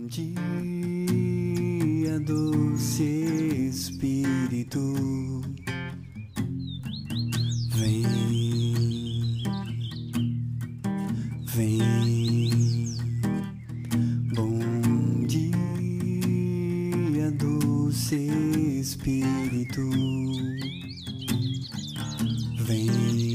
dia, doce Espírito, vem, vem. Bom dia, doce Espírito, vem,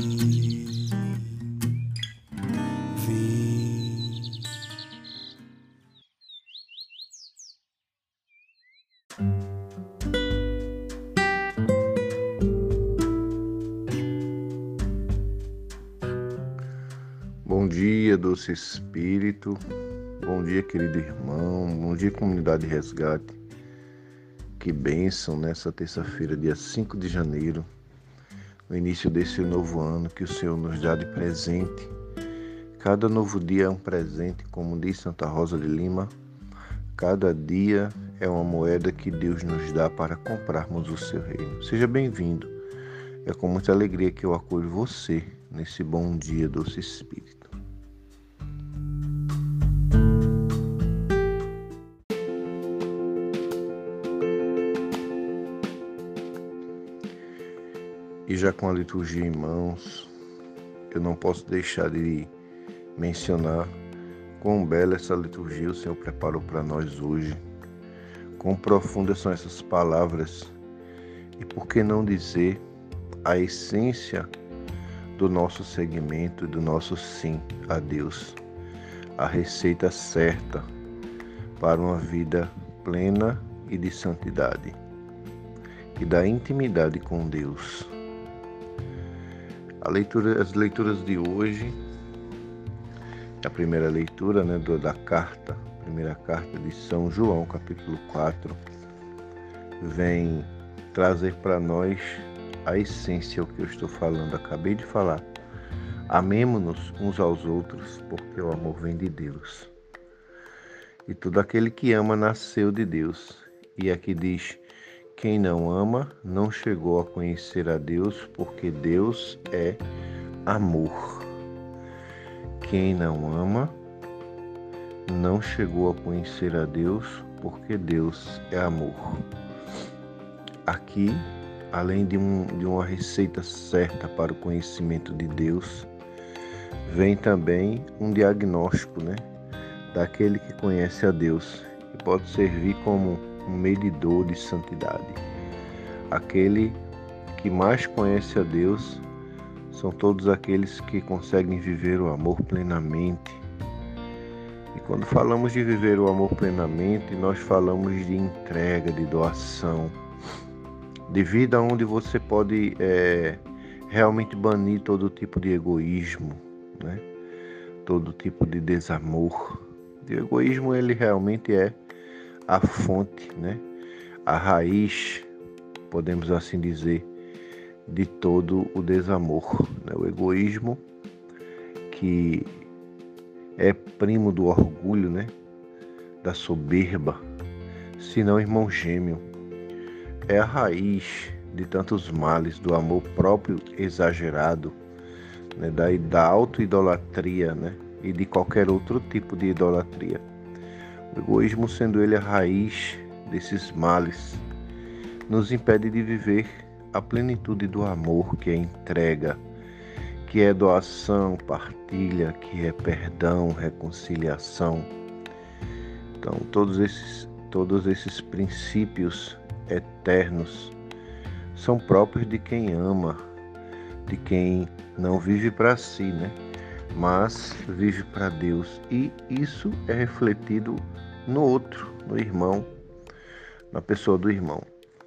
vem. Bom dia, doce Espírito. Bom dia, querido irmão. Bom dia, comunidade Resgate. Que bênção nessa terça-feira, dia 5 de janeiro, no início desse novo ano que o Senhor nos dá de presente. Cada novo dia é um presente, como diz Santa Rosa de Lima. Cada dia é uma moeda que Deus nos dá para comprarmos o seu reino. Seja bem-vindo. É com muita alegria que eu acolho você nesse bom dia, doce Espírito. E já com a liturgia em mãos, eu não posso deixar de mencionar quão bela essa liturgia o Senhor preparou para nós hoje. Quão profundas são essas palavras e por que não dizer a essência do nosso seguimento e do nosso sim a Deus. A receita certa para uma vida plena e de santidade e da intimidade com Deus. As leituras de hoje, a primeira leitura da primeira carta de São João, capítulo 4, vem trazer para nós a essência, o que eu estou falando, acabei de falar. Amemo-nos uns aos outros, porque o amor vem de Deus. E todo aquele que ama nasceu de Deus. E aqui diz: quem não ama não chegou a conhecer a Deus, porque Deus é amor. Quem não ama não chegou a conhecer a Deus, porque Deus é amor. Aqui, além de uma receita certa para o conhecimento de Deus, vem também um diagnóstico, daquele que conhece a Deus, e pode servir como um medidor de santidade. Aquele que mais conhece a Deus são todos aqueles que conseguem viver o amor plenamente. E quando falamos de viver o amor plenamente, nós falamos de entrega, de doação, de vida onde você pode realmente banir todo tipo de egoísmo, todo tipo de desamor. O egoísmo, ele realmente é a fonte, a raiz, podemos assim dizer, de todo o desamor. O egoísmo, que é primo do orgulho, da soberba, se não irmão gêmeo, é a raiz de tantos males, do amor próprio exagerado, da auto-idolatria, e de qualquer outro tipo de idolatria. O egoísmo, sendo ele a raiz desses males, nos impede de viver a plenitude do amor, que é entrega, que é doação, partilha, que é perdão, reconciliação. Então, todos esses princípios eternos são próprios de quem ama, de quem não vive para si, mas vive para Deus. E isso é refletido no outro, no irmão, na pessoa do irmão.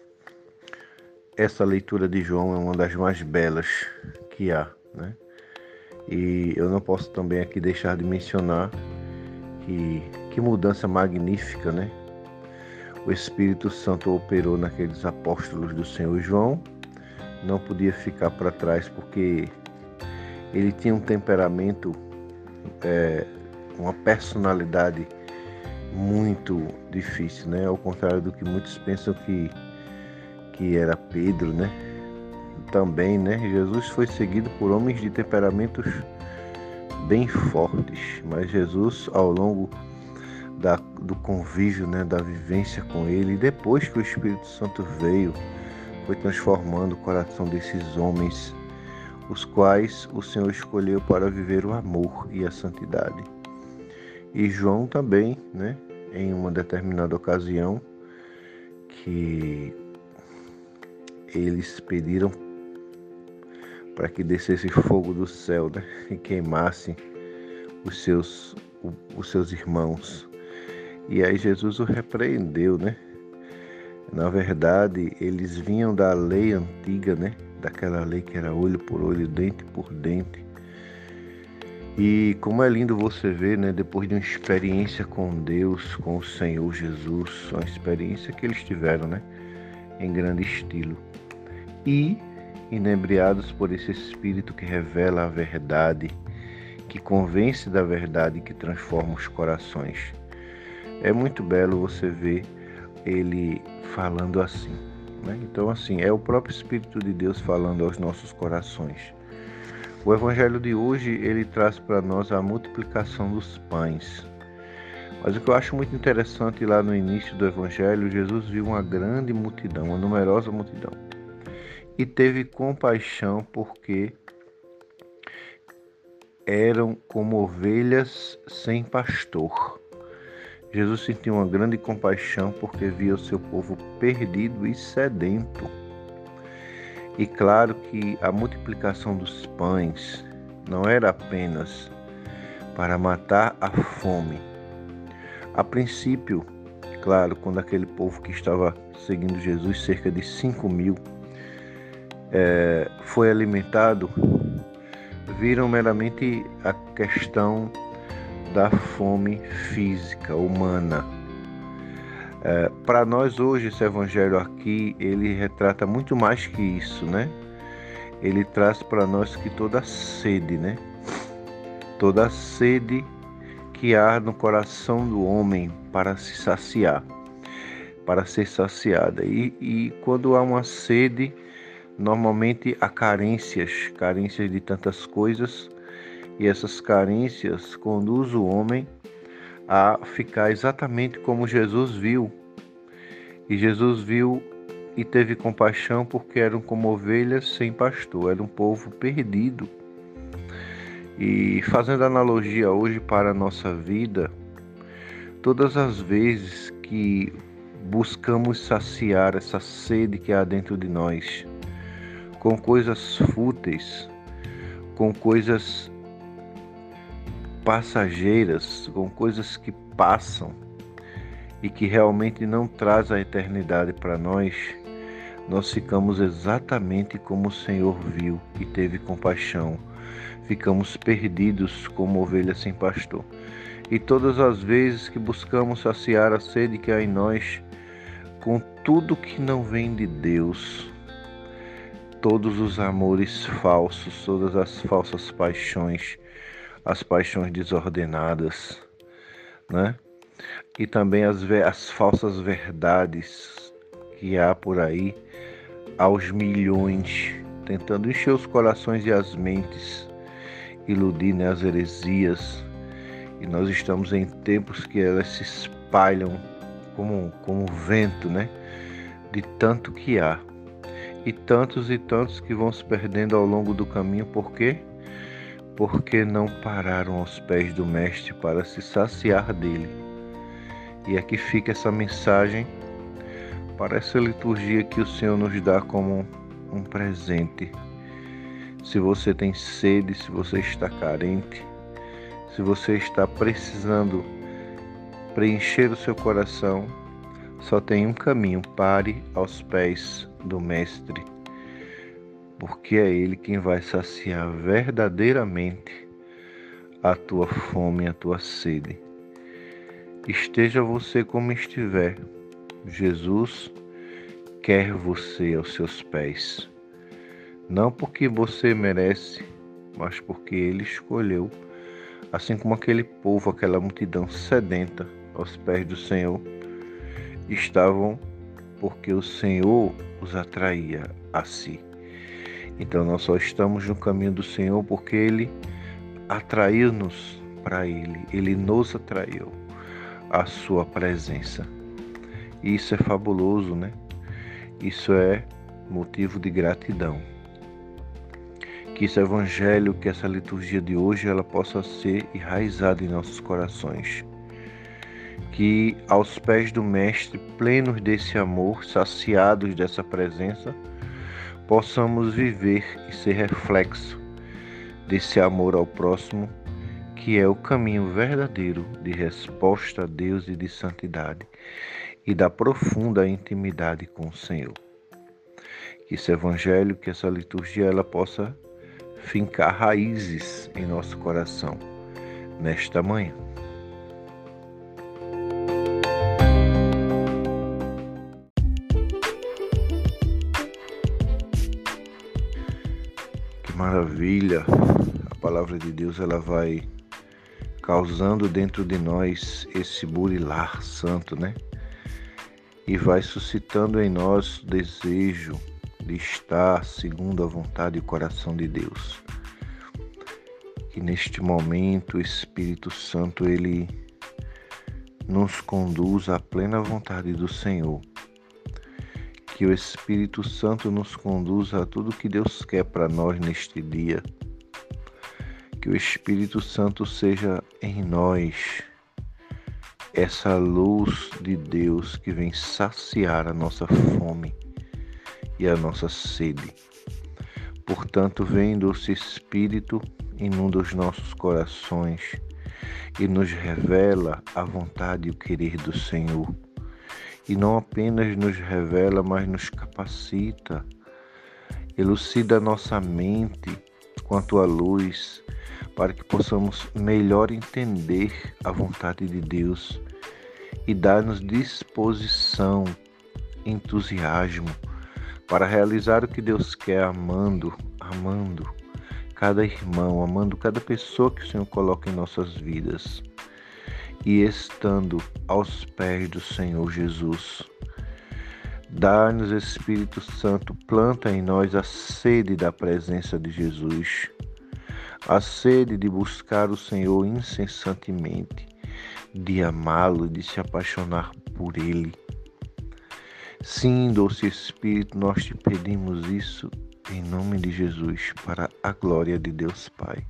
Essa leitura de João é uma das mais belas que há, E eu não posso também aqui deixar de mencionar que mudança magnífica, O Espírito Santo operou naqueles apóstolos do Senhor João. Não podia ficar para trás, porque ele tinha um temperamento, uma personalidade muito difícil, Ao contrário do que muitos pensam que era Pedro, Também, Jesus foi seguido por homens de temperamentos bem fortes, mas Jesus, ao longo do convívio, né, da vivência com Ele. E depois que o Espírito Santo veio, foi transformando o coração desses homens, os quais o Senhor escolheu para viver o amor e a santidade. E João também, né, em uma determinada ocasião, que eles pediram para que descesse fogo do céu, né, e queimasse os seus irmãos. E aí Jesus o repreendeu, né? Na verdade, eles vinham da lei antiga, né? Daquela lei que era olho por olho, dente por dente. E como é lindo você ver, né? Depois de uma experiência com Deus, com o Senhor Jesus, uma experiência que eles tiveram, né? Em grande estilo. E inebriados por esse Espírito que revela a verdade, que convence da verdade e que transforma os corações. É muito belo você ver ele falando assim, né? Então, assim, é o próprio Espírito de Deus falando aos nossos corações. O Evangelho de hoje, ele traz para nós a multiplicação dos pães. Mas o que eu acho muito interessante, lá no início do Evangelho, Jesus viu uma grande multidão, uma numerosa multidão, e teve compaixão porque eram como ovelhas sem pastor. Jesus sentiu uma grande compaixão porque via o seu povo perdido e sedento. E claro que a multiplicação dos pães não era apenas para matar a fome. A princípio, claro, quando aquele povo que estava seguindo Jesus, cerca de 5.000, foi alimentado, viram meramente a questão da fome física, humana. Para nós hoje, esse evangelho aqui, ele retrata muito mais que isso, né? Ele traz para nós que toda sede, né? Toda sede que há no coração do homem para se saciar, para ser saciada. E quando há uma sede, normalmente há carências de tantas coisas, e essas carências conduzem o homem a ficar exatamente como Jesus viu. E Jesus viu e teve compaixão porque eram como ovelhas sem pastor, era um povo perdido. E fazendo analogia hoje para a nossa vida, todas as vezes que buscamos saciar essa sede que há dentro de nós, com coisas fúteis, com coisas passageiras, com coisas que passam e que realmente não traz a eternidade para nós, nós ficamos exatamente como o Senhor viu e teve compaixão. Ficamos perdidos como ovelhas sem pastor. E todas as vezes que buscamos saciar a sede que há em nós com tudo que não vem de Deus, todos os amores falsos, todas as falsas paixões, as paixões desordenadas, né? E também as falsas verdades que há por aí, aos milhões, tentando encher os corações e as mentes, iludir, né, as heresias. E nós estamos em tempos que elas se espalham como vento, né? De tanto que há. E tantos que vão se perdendo ao longo do caminho. Por quê? Porque não pararam aos pés do Mestre para se saciar dele. E aqui fica essa mensagem para essa liturgia que o Senhor nos dá como um presente. Se você tem sede, se você está carente, se você está precisando preencher o seu coração, só tem um caminho: pare aos pés do Mestre, porque é Ele quem vai saciar verdadeiramente a tua fome, a tua sede. Esteja você como estiver, Jesus quer você aos seus pés. Não porque você merece, mas porque Ele escolheu. Assim como aquele povo, aquela multidão sedenta aos pés do Senhor, estavam porque o Senhor os atraía a si. Então nós só estamos no caminho do Senhor porque Ele atraiu-nos para Ele. Ele nos atraiu. a sua presença. E isso é fabuloso, né? Isso é motivo de gratidão. Que esse evangelho, que essa liturgia de hoje, ela possa ser enraizada em nossos corações. Que aos pés do Mestre, plenos desse amor, saciados dessa presença, possamos viver e ser reflexo desse amor ao próximo, que é o caminho verdadeiro de resposta a Deus e de santidade e da profunda intimidade com o Senhor. Que esse evangelho, que essa liturgia, ela possa fincar raízes em nosso coração nesta manhã. Que maravilha! A palavra de Deus, ela vai causando dentro de nós esse burilar santo, né? E vai suscitando em nós desejo de estar segundo a vontade e o coração de Deus. Que neste momento o Espírito Santo, ele nos conduza à plena vontade do Senhor. Que o Espírito Santo nos conduza a tudo que Deus quer para nós neste dia. Que o Espírito Santo seja em nós essa luz de Deus que vem saciar a nossa fome e a nossa sede. Portanto, vem, doce Espírito, inunda os nossos corações e nos revela a vontade e o querer do Senhor. E não apenas nos revela, mas nos capacita, elucida a nossa mente quanto à luz, para que possamos melhor entender a vontade de Deus e dar-nos disposição, entusiasmo, para realizar o que Deus quer, amando cada irmão, amando cada pessoa que o Senhor coloca em nossas vidas e estando aos pés do Senhor Jesus. Dá-nos, Espírito Santo, planta em nós a sede da presença de Jesus, a sede de buscar o Senhor incessantemente, de amá-lo, de se apaixonar por Ele. Sim, doce Espírito, nós te pedimos isso em nome de Jesus, para a glória de Deus Pai.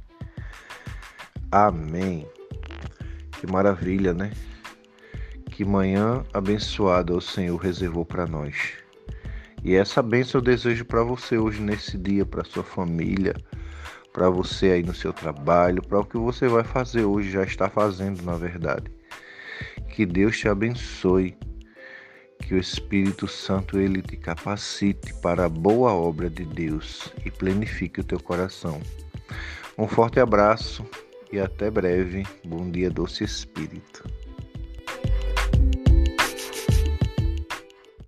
Amém. Que maravilha, né? Que manhã abençoada o Senhor reservou para nós. E essa bênção eu desejo para você hoje nesse dia, para sua família, para você aí no seu trabalho, para o que você vai fazer hoje, já está fazendo na verdade. Que Deus te abençoe. Que o Espírito Santo, ele te capacite para a boa obra de Deus e plenifique o teu coração. Um forte abraço e até breve. Bom dia, doce Espírito.